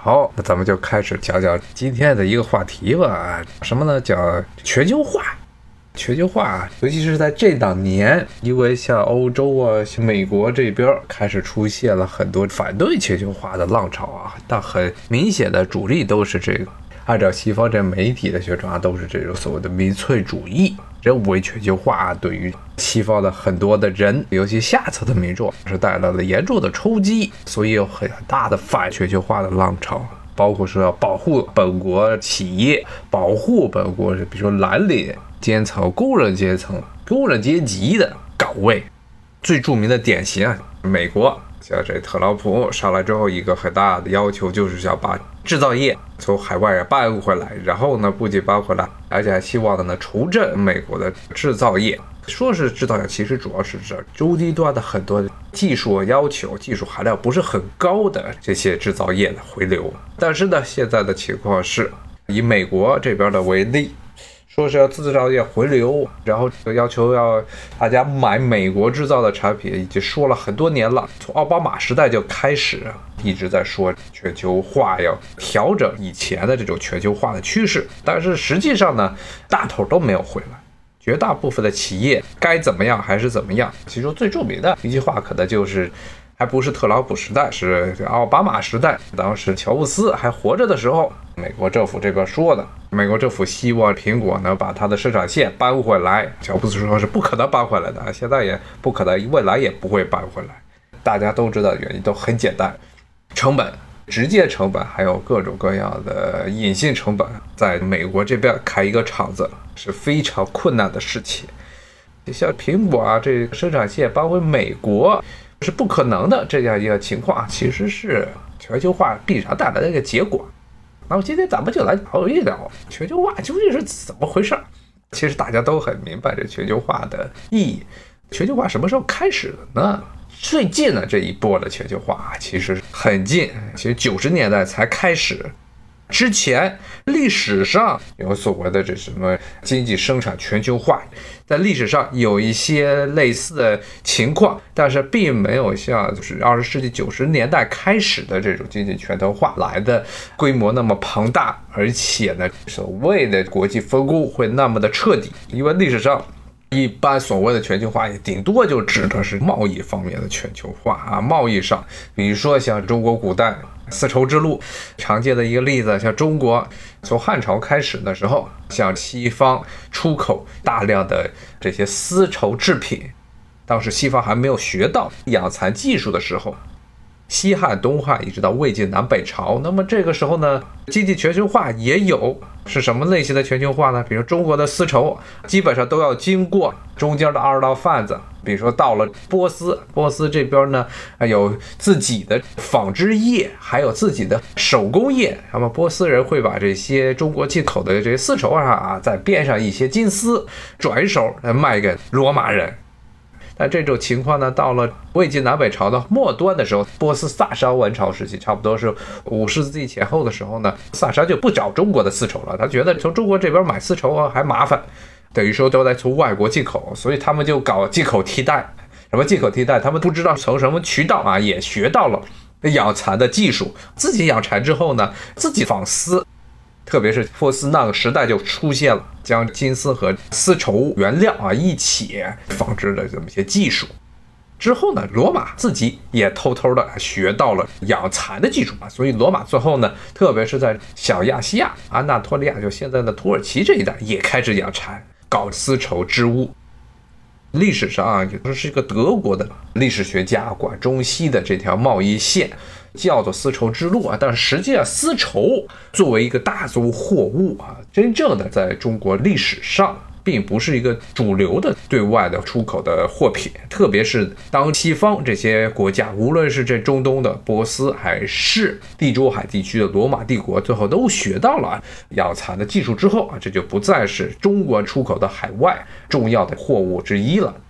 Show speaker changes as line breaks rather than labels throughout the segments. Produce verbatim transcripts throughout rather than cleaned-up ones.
好，那咱们就开始讲讲今天的一个话题吧。什么呢？讲全球化。全球化，尤其是在这两年，因为像欧洲啊、像美国这边开始出现了很多反对全球化的浪潮啊，但很明显的主力都是这个。按照西方这媒体的宣传，都是这种所谓的民粹主义，认为全球化对于西方的很多的人，尤其下层的民众是带来了严重的冲击，所以有很大的反全球化的浪潮，包括说要保护本国企业，保护本国比如说蓝领阶层、工人阶层、工人阶级的岗位。最著名的典型啊，美国像这特朗普上来之后，一个很大的要求就是想把制造业从海外搬回来，然后呢，不仅搬回来，而且还希望呢重振美国的制造业。说是制造业，其实主要是指中低端的很多技术要求、技术含量不是很高的这些制造业的回流。但是呢，现在的情况是以美国这边的为例，说是要制造业回流，然后要求要大家买美国制造的产品，已经说了很多年了。从奥巴马时代就开始一直在说全球化要调整以前的这种全球化的趋势，但是实际上呢，大头都没有回来。绝大部分的企业该怎么样还是怎么样。其中最著名的一句话可能就是还不是特朗普时代，是奥巴马时代，当时乔布斯还活着的时候，美国政府这边说的，美国政府希望苹果呢把它的生产线搬回来。乔布斯说是不可能搬回来的，现在也不可能，未来也不会搬回来。大家都知道原因都很简单，成本，直接成本，还有各种各样的隐性成本，在美国这边开一个厂子是非常困难的事情。像苹果啊，这个生产线搬回美国是不可能的，这样一个情况其实是全球化必然带来的一个结果。那么今天咱们就来聊一聊全球化究竟是怎么回事。其实大家都很明白这全球化的意义。全球化什么时候开始的呢？最近的这一波的全球化其实很近，其实九十年代才开始。之前历史上有所谓的这什么经济生产全球化，在历史上有一些类似的情况，但是并没有像就是二十世纪九十年代开始的这种经济全球化来的规模那么庞大，而且呢，所谓的国际分工会那么的彻底。因为历史上一般所谓的全球化也顶多就指的是贸易方面的全球化啊，贸易上，比如说像中国古代丝绸之路，常见的一个例子，像中国从汉朝开始的时候，向西方出口大量的这些丝绸制品，当时西方还没有学到养蚕技术的时候，西汉、东汉一直到魏晋南北朝，那么这个时候呢，经济全球化也有。是什么类型的全球化呢？比如中国的丝绸基本上都要经过中间的二道贩子，比如说到了波斯，波斯这边呢有自己的纺织业，还有自己的手工业，那么波斯人会把这些中国进口的这些丝绸啊，再编上一些金丝，转手来卖给罗马人。但这种情况呢，到了魏晋南北朝的末端的时候，波斯萨珊王朝时期，差不多是五世纪前后的时候呢，萨珊就不找中国的丝绸了，他觉得从中国这边买丝绸啊还麻烦，等于说都在从外国进口，所以他们就搞进口替代。什么进口替代？他们不知道从什么渠道啊，也学到了养蚕的技术，自己养蚕之后呢，自己纺丝。特别是波斯那个时代就出现了将金丝和丝绸原料啊一起纺织的这么一些技术。之后呢，罗马自己也偷偷的学到了养蚕的技术啊，所以罗马最后呢，特别是在小亚细亚、安纳托利亚，就现在的土耳其这一带，也开始养蚕，搞丝绸织物。历史上啊，也就是一个德国的历史学家管中西的这条贸易线叫做丝绸之路啊，但是实际上丝绸作为一个大宗货物啊，真正的在中国历史上并不是一个主流的对外的出口的货品。特别是当西方这些国家，无论是这中东的波斯还是地中海地区的罗马帝国，最后都学到了养蚕的技术之后啊，这就不再是中国出口的海外重要的货物之一了。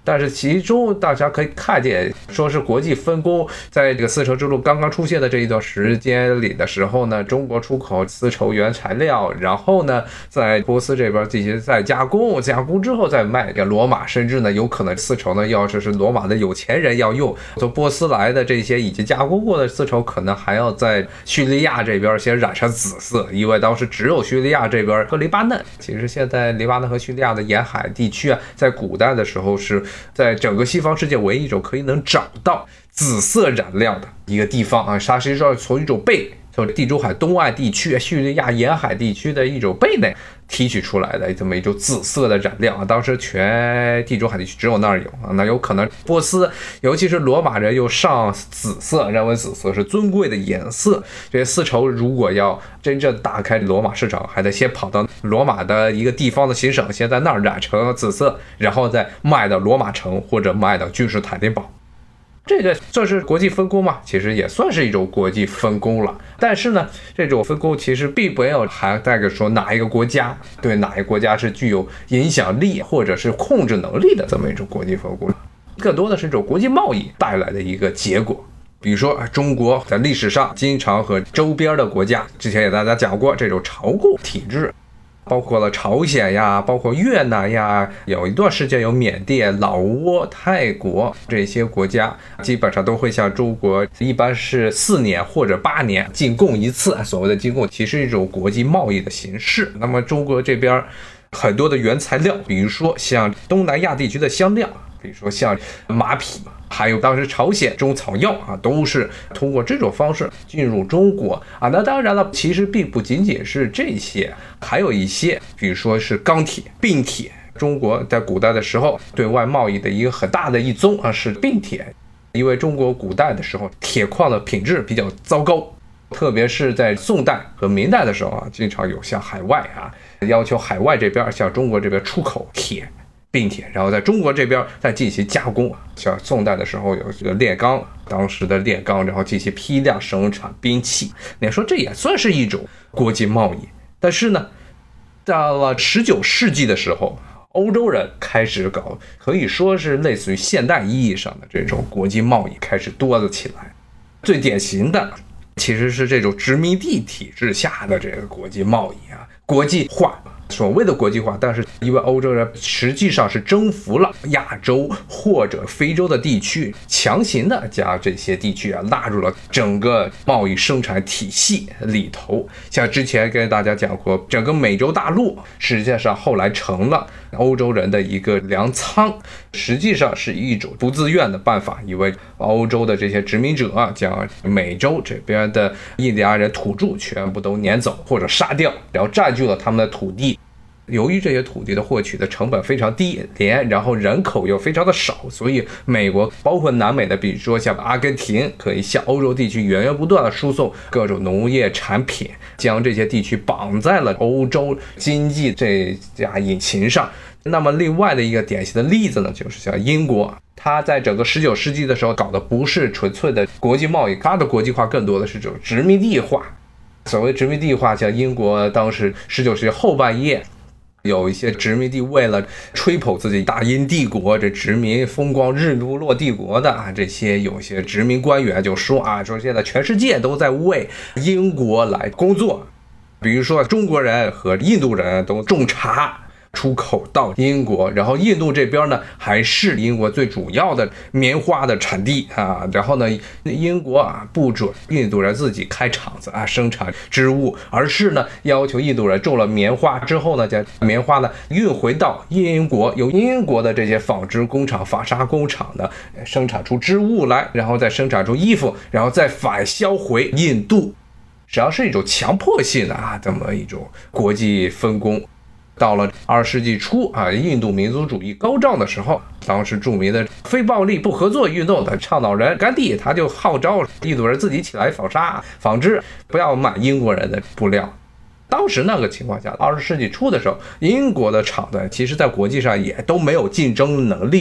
但是其中大家可以看见，说是国际分工，在这个丝绸之路刚刚出现的这一段时间里的时候呢，中国出口丝绸原材料，然后呢，在波斯这边进行再加工，加工之后再卖给罗马，甚至呢，有可能丝绸呢，要是是罗马的有钱人要用，从波斯来的这些已经加工过的丝绸，可能还要在叙利亚这边先染成紫色，因为当时只有叙利亚这边和黎巴嫩，其实现在黎巴嫩和叙利亚的沿海地区啊，在古代的时候是在整个西方世界唯一一种可以能找到紫色染料的一个地方啊，它实际上从一种贝，从地中海东岸地区、叙利亚沿海地区的一种贝类提取出来的这么一种紫色的染料啊，当时全地中海地区只有那儿有啊，那有可能波斯，尤其是罗马人又上紫色，认为紫色是尊贵的颜色。这些丝绸如果要真正打开罗马市场，还得先跑到罗马的一个地方的行省，先在那儿染成紫色，然后再卖到罗马城或者卖到君士坦丁堡。这个算是国际分工嘛？其实也算是一种国际分工了。但是呢，这种分工其实并没有还带个说哪一个国家对哪一个国家是具有影响力或者是控制能力的这么一种国际分工，更多的是一种国际贸易带来的一个结果。比如说，中国在历史上经常和周边的国家，之前也大家讲过这种朝贡体制。包括了朝鲜呀，包括越南呀，有一段时间有缅甸、老挝、泰国这些国家，基本上都会向中国，一般是四年或者八年进贡一次。所谓的进贡，其实是一种国际贸易的形式。那么中国这边很多的原材料，比如说像东南亚地区的香料，比如说像马匹，还有当时朝鲜中草药啊，都是通过这种方式进入中国啊。那当然了，其实并不仅仅是这些，还有一些，比如说是钢铁、并铁。中国在古代的时候，对外贸易的一个很大的一宗啊是并铁，因为中国古代的时候铁矿的品质比较糟糕，特别是在宋代和明代的时候啊，经常有向海外啊要求海外这边向中国这边出口铁。并铁，然后在中国这边再进行加工，像宋代的时候有这个炼钢，当时的炼钢，然后进行批量生产兵器。你说这也算是一种国际贸易。但是呢，到了十九世纪的时候，欧洲人开始搞，可以说是类似于现代意义上的这种国际贸易开始多了起来。最典型的其实是这种殖民地体制下的这个国际贸易啊，国际化。所谓的国际化，但是因为欧洲人实际上是征服了亚洲或者非洲的地区，强行的将这些地区啊纳入了整个贸易生产体系里头。像之前跟大家讲过，整个美洲大陆实际上后来成了欧洲人的一个粮仓，实际上是一种不自愿的办法，因为欧洲的这些殖民者将美洲这边的印第安人土著全部都撵走或者杀掉，然后占据了他们的土地。由于这些土地的获取的成本非常低廉，然后人口又非常的少，所以美国包括南美的，比如说像阿根廷，可以向欧洲地区源源不断的输送各种农业产品，将这些地区绑在了欧洲经济这架引擎上。那么另外的一个典型的例子呢，就是像英国，它在整个十九世纪的时候搞的不是纯粹的国际贸易，它的国际化更多的是这种殖民地化。所谓殖民地化，像英国当时十九世纪后半叶，有一些殖民地为了吹捧自己大英帝国，这殖民风光日不落帝国的啊，这些有些殖民官员就说啊，说现在全世界都在为英国来工作，比如说中国人和印度人都种茶出口到英国，然后印度这边呢还是英国最主要的棉花的产地啊，然后呢英国啊不准印度人自己开厂子啊生产织物，而是呢要求印度人种了棉花之后呢，将棉花呢运回到英国，由英国的这些纺织工厂、纺纱工厂呢生产出织物来，然后再生产出衣服，然后再返销回印度，实际上是一种强迫性的啊这么一种国际分工。到了二十世纪初啊，印度民族主义高涨的时候，当时著名的非暴力不合作运动的倡导人甘地，他就号召印度人自己起来纺纱纺织，不要买英国人的布料。当时那个情况下，二十世纪初的时候，英国的厂子其实在国际上也都没有竞争能力了，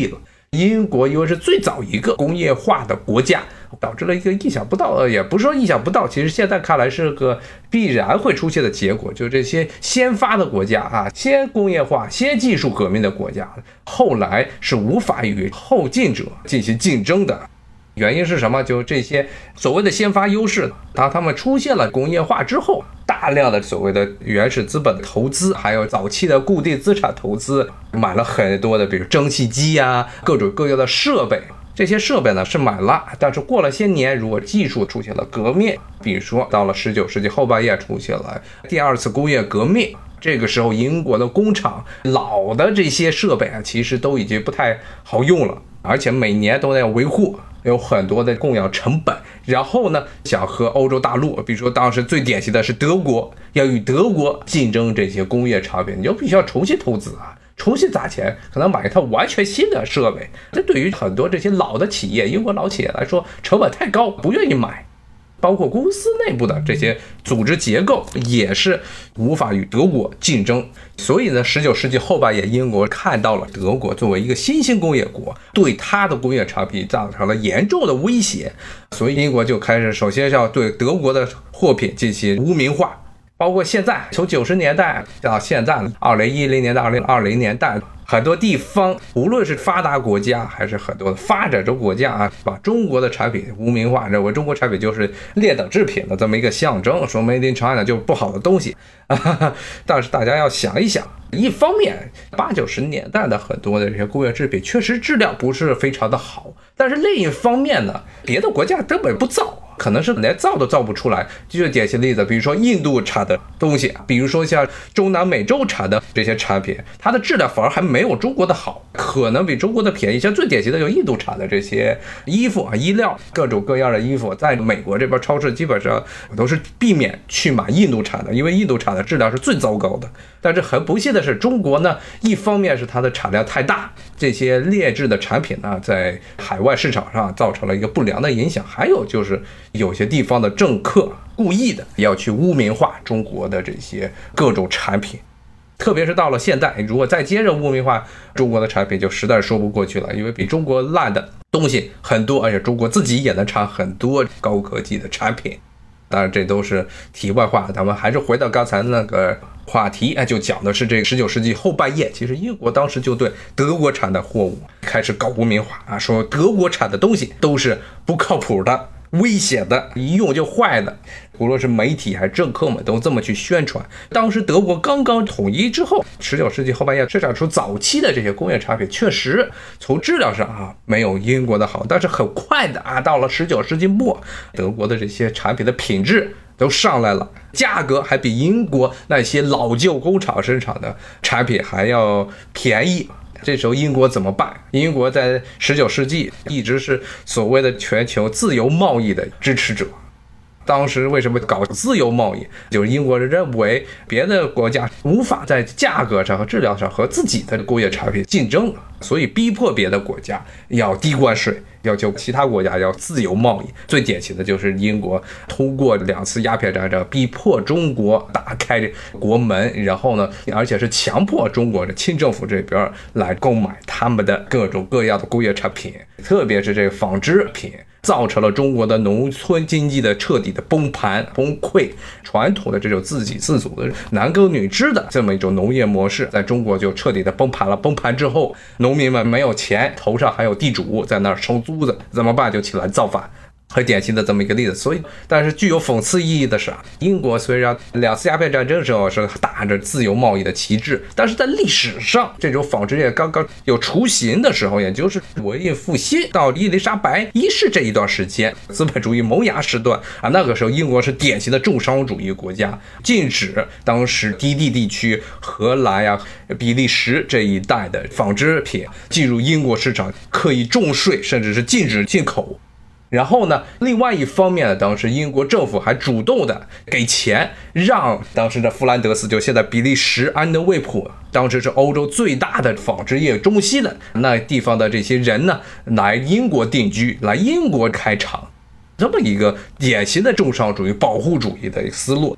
英国因为是最早一个工业化的国家，导致了一个意想不到，也不是说意想不到，其实现在看来是个必然会出现的结果，就这些先发的国家啊，先工业化、先技术革命的国家，后来是无法与后进者进行竞争的。原因是什么？就这些所谓的先发优势，当他们出现了工业化之后，大量的所谓的原始资本投资，还有早期的固定资产投资，买了很多的比如蒸汽机啊，各种各样的设备。这些设备呢是买了，但是过了些年，如果技术出现了革命，比如说到了十九世纪后半叶出现了第二次工业革命，这个时候英国的工厂老的这些设备啊，其实都已经不太好用了，而且每年都得维护，有很多的供养成本。然后呢，想和欧洲大陆，比如说当时最典型的是德国，要与德国竞争这些工业产品，你就必须要重新投资啊，重新砸钱，可能买一套完全新的设备。这对于很多这些老的企业，英国老企业来说，成本太高，不愿意买。包括公司内部的这些组织结构也是无法与德国竞争。所以呢，十九世纪后半叶，英国看到了德国作为一个新兴工业国，对它的工业产品造成了严重的威胁，所以英国就开始首先要对德国的货品进行污名化。包括现在从九十年代到现在二零一零年到二零二零年代，很多地方无论是发达国家还是很多的发展中国家啊，把中国的产品污名化，认为中国产品就是劣等制品的这么一个象征，说 Made in China 就是不好的东西。但是大家要想一想，一方面八九十年代的很多的这些工业制品确实质量不是非常的好，但是另一方面呢，别的国家根本不造，可能是连造都造不出来。就是典型例子，比如说印度产的东西，比如说像中南美洲产的这些产品，它的质量反而还没有中国的好，可能比中国的便宜。像最典型的就印度产的这些衣服啊、衣料，各种各样的衣服，在美国这边超市基本上都是避免去买印度产的，因为印度产的质量是最糟糕的。但是很不幸的是，中国呢，一方面是它的产量太大，这些劣质的产品呢，在海外市场上造成了一个不良的影响，还有就是有些地方的政客故意的要去污名化中国的这些各种产品。特别是到了现在，如果再接着污名化中国的产品，就实在说不过去了，因为比中国烂的东西很多，而且中国自己也能产很多高科技的产品。当然这都是题外话，咱们还是回到刚才那个话题，就讲的是这个十九世纪后半叶，其实英国当时就对德国产的货物开始搞污名化啊，说德国产的东西都是不靠谱的、危险的，一用就坏的。无论是媒体还是政客们都这么去宣传。当时德国刚刚统一之后，十九世纪后半叶生产出早期的这些工业产品，确实从质量上啊没有英国的好，但是很快的啊，到了十九世纪末，德国的这些产品的品质都上来了，价格还比英国那些老旧工厂生产的产品还要便宜。这时候英国怎么办？英国在十九世纪一直是所谓的全球自由贸易的支持者。当时为什么搞自由贸易？就是英国人认为别的国家无法在价格上和质量上和自己的工业产品竞争，所以逼迫别的国家要低关税，要求其他国家要自由贸易。最典型的就是英国通过两次鸦片战争逼迫中国打开国门，然后呢，而且是强迫中国的清政府这边来购买他们的各种各样的工业产品，特别是这个纺织品，造成了中国的农村经济的彻底的崩盘崩溃。传统的这种自给自足的男耕女织的这么一种农业模式，在中国就彻底的崩盘了。崩盘之后，农民们没有钱，头上还有地主在那儿收租子，怎么办？就起来造反。很典型的这么一个例子。所以但是具有讽刺意义的是啊，英国虽然两次鸦片战争的时候是打着自由贸易的旗帜，但是在历史上这种纺织业刚刚有雏形的时候，也就是文艺复兴到伊丽莎白一世这一段时间，资本主义萌芽时段啊，那个时候英国是典型的重商主义国家，禁止当时低地地区荷兰呀、啊、比利时这一带的纺织品进入英国市场，刻意重税，甚至是禁止进口。然后呢，另外一方面呢，当时英国政府还主动的给钱，让当时的弗兰德斯，就现在比利时安德卫普，当时是欧洲最大的纺织业中心的那地方的这些人呢，来英国定居，来英国开厂，这么一个典型的重商主义保护主义的思路。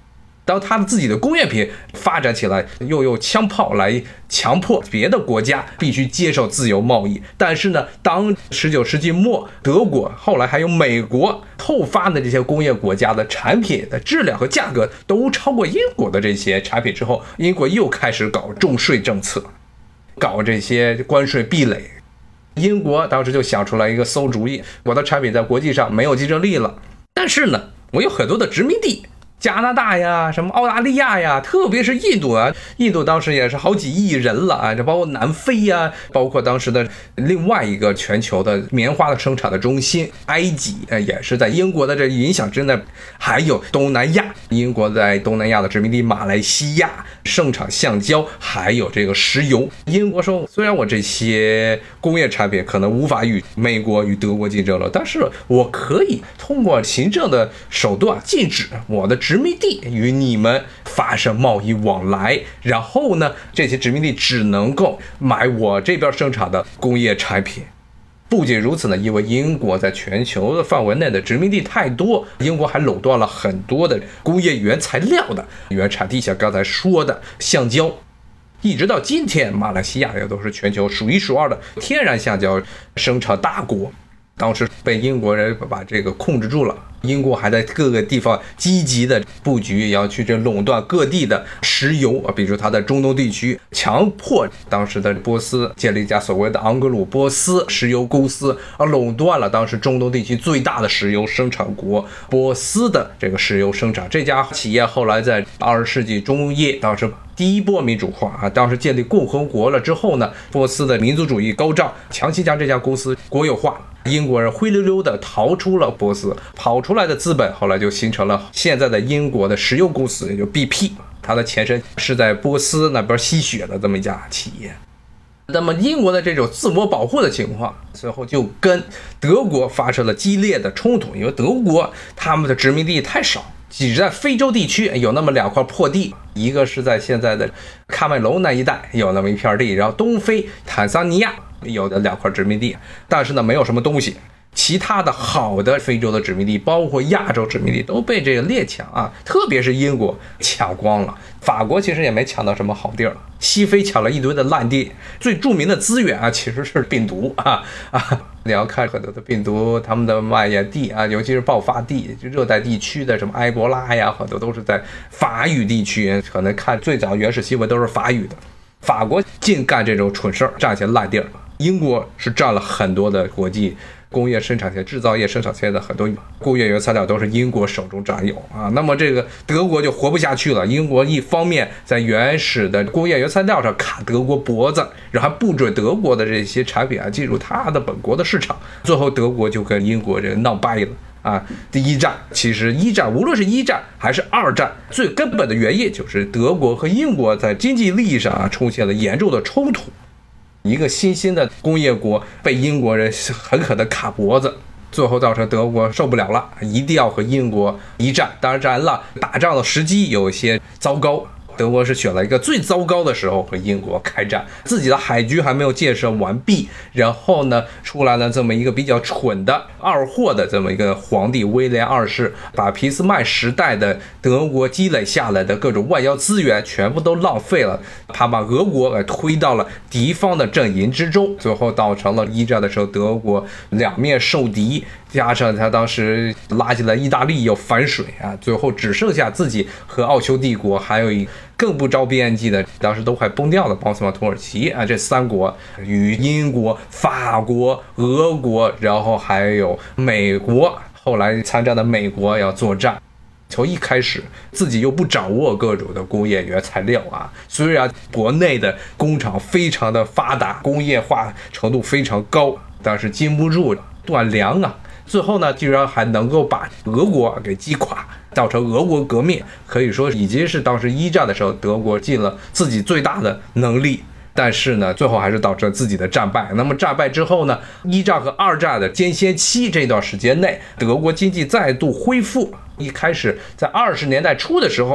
当他自己的工业品发展起来，又用枪炮来强迫别的国家必须接受自由贸易。但是呢，当十九世纪末德国，后来还有美国后发的这些工业国家的产品的质量和价格都超过英国的这些产品之后，英国又开始搞重税政策，搞这些关税壁垒。英国当时就想出来一个馊主意，我的产品在国际上没有竞争力了，但是呢，我有很多的殖民地，加拿大呀，什么澳大利亚呀，特别是印度啊，印度当时也是好几亿人了啊，这包括南非呀，包括当时的另外一个全球的棉花的生产的中心埃及，也是在英国的这影响之内，还有东南亚，英国在东南亚的殖民地马来西亚盛产橡胶，还有这个石油。英国说，虽然我这些工业产品可能无法与美国与德国竞争了，但是我可以通过行政的手段禁止我的殖民地与你们发生贸易往来，然后呢，这些殖民地只能够买我这边生产的工业产品。不仅如此呢，因为英国在全球的范围内的殖民地太多，英国还垄断了很多的工业原材料的原产地，像刚才说的橡胶。一直到今天，马来西亚也都是全球数一数二的天然橡胶生产大国。当时被英国人把这个控制住了，英国还在各个地方积极的布局，要去这垄断各地的石油啊，比如它的中东地区，强迫当时的波斯建立一家所谓的盎格鲁波斯石油公司，而垄断了当时中东地区最大的石油生产国波斯的这个石油生产。这家企业后来在二十世纪中叶，当时第一波民主化啊，当时建立共和国了之后呢，波斯的民族主义高涨，强行将这家公司国有化。英国人灰溜溜的逃出了波斯，跑出来的资本后来就形成了现在的英国的石油公司，也就 B P， 它的前身是在波斯那边吸血的这么一家企业。那么英国的这种自我保护的情况，最后就跟德国发生了激烈的冲突，因为德国他们的殖民地太少，只在非洲地区有那么两块破地，一个是在现在的喀麦隆那一带有那么一片地，然后东非坦桑尼亚有的两块殖民地，但是呢没有什么东西。其他的好的非洲的殖民地，包括亚洲殖民地，都被这个列强啊，特别是英国抢光了。法国其实也没抢到什么好地儿，西非抢了一堆的烂地。最著名的资源啊，其实是病毒啊啊！你要看很多的病毒，他们的蔓延地啊，尤其是爆发地，就热带地区的什么埃博拉呀，很多都是在法语地区。可能看最早原始新闻都是法语的。法国净干这种蠢事儿，占些烂地儿。英国是占了很多的国际工业生产线、制造业生产线的很多工业原材料都是英国手中占有啊。那么这个德国就活不下去了。英国一方面在原始的工业原材料上卡德国脖子，然后还不准德国的这些产品啊进入他的本国的市场，最后德国就跟英国这个闹掰了啊。第一战，其实一战无论是一战还是二战，最根本的原因就是德国和英国在经济利益上啊出现了严重的冲突。一个新兴的工业国被英国人狠狠的卡脖子，最后造成德国受不了了，一定要和英国一战。当然了，打仗的时机有些糟糕，德国是选了一个最糟糕的时候和英国开战，自己的海军还没有建设完毕，然后呢出来了这么一个比较蠢的二货的这么一个皇帝威廉二世，把俾斯麦时代的德国积累下来的各种外交资源全部都浪费了，他把俄国给推到了敌方的阵营之中，最后造成了一战的时候德国两面受敌，加上他当时拉进来意大利又反水啊，最后只剩下自己和奥匈帝国，还有一更不着边际的当时都快崩掉的奥斯曼土耳其啊，这三国与英国、法国、俄国，然后还有美国，后来参战的美国要作战。从一开始自己又不掌握各种的工业原材料啊，虽然国内的工厂非常的发达，工业化程度非常高，但是禁不住断粮啊。最后呢，居然还能够把俄国给击垮，造成俄国革命，可以说已经是当时一战的时候德国尽了自己最大的能力，但是呢最后还是导致自己的战败。那么战败之后呢，一战和二战的间歇期这段时间内，德国经济再度恢复。一开始在二十年代初的时候，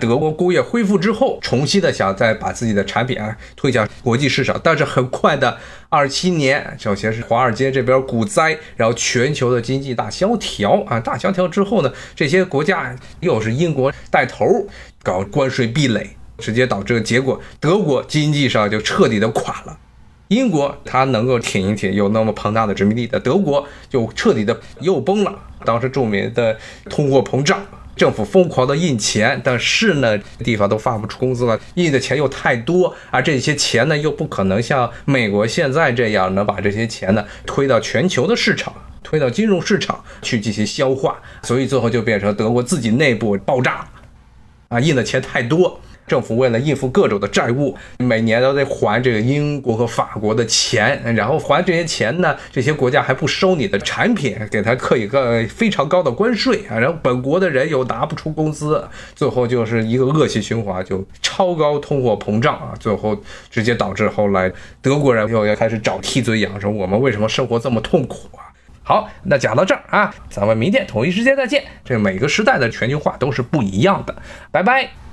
德国工业恢复之后，重新的想再把自己的产品啊推向国际市场，但是很快的二七年，首先是华尔街这边股灾，然后全球的经济大萧条啊，大萧条之后呢，这些国家又是英国带头搞关税壁垒，直接导致结果德国经济上就彻底的垮了。英国它能够挺一挺，有那么庞大的殖民地的德国就彻底的又崩了。当时著名的通货膨胀，政府疯狂的印钱，但是呢地方都发不出工资了，印的钱又太多，而这些钱呢又不可能像美国现在这样能把这些钱呢推到全球的市场，推到金融市场去进行消化，所以最后就变成德国自己内部爆炸啊，印的钱太多，政府为了应付各种的债务，每年都得还这个英国和法国的钱，然后还这些钱呢，这些国家还不收你的产品，给他课一个非常高的关税啊，然后本国的人又拿不出工资，最后就是一个恶性循环，就超高通货膨胀啊，最后直接导致后来德国人又要开始找替罪羊，说我们为什么生活这么痛苦啊？好，那讲到这儿啊，咱们明天同一时间再见。这每个时代的全球化都是不一样的，拜拜。